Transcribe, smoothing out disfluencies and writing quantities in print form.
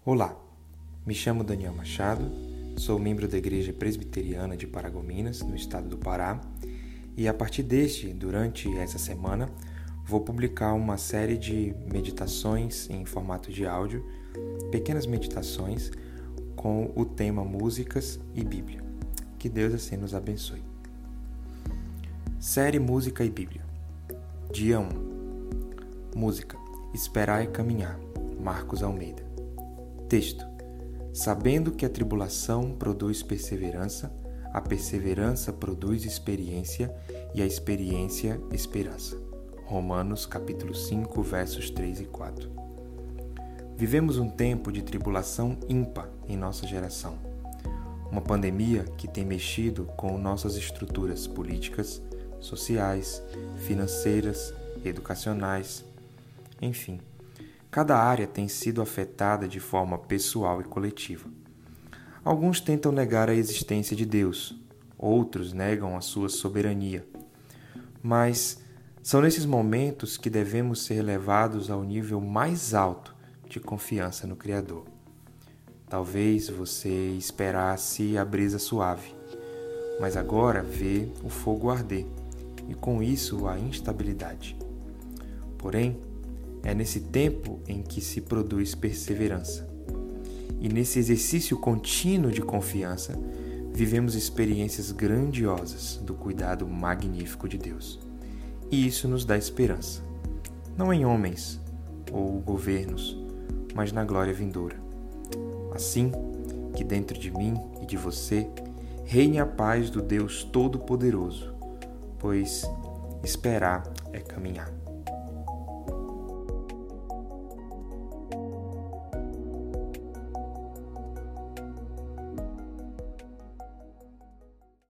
Olá, me chamo Daniel Machado, sou membro da Igreja Presbiteriana de Paragominas, no estado do Pará, e a partir durante essa semana, vou publicar uma série de meditações em formato de áudio, pequenas meditações com o tema Músicas e Bíblia. Que Deus assim nos abençoe. Série Música e Bíblia. Dia 1. Música. Esperar e caminhar. Marcos Almeida. Texto. Sabendo que a tribulação produz perseverança, a perseverança produz experiência e a experiência, esperança. Romanos capítulo 5, versos 3 e 4. Vivemos um tempo de tribulação ímpar em nossa geração. Uma pandemia que tem mexido com nossas estruturas políticas, sociais, financeiras, educacionais, enfim. Cada área tem sido afetada de forma pessoal e coletiva. Alguns tentam negar a existência de Deus, outros negam a sua soberania. Mas são nesses momentos que devemos ser levados ao nível mais alto de confiança no Criador. Talvez você esperasse a brisa suave, mas agora vê o fogo arder e com isso a instabilidade. Porém, é nesse tempo em que se produz perseverança. E nesse exercício contínuo de confiança, vivemos experiências grandiosas do cuidado magnífico de Deus. E isso nos dá esperança, não em homens ou governos, mas na glória vindoura. Assim, que dentro de mim e de você reine a paz do Deus Todo-Poderoso, pois esperar é caminhar.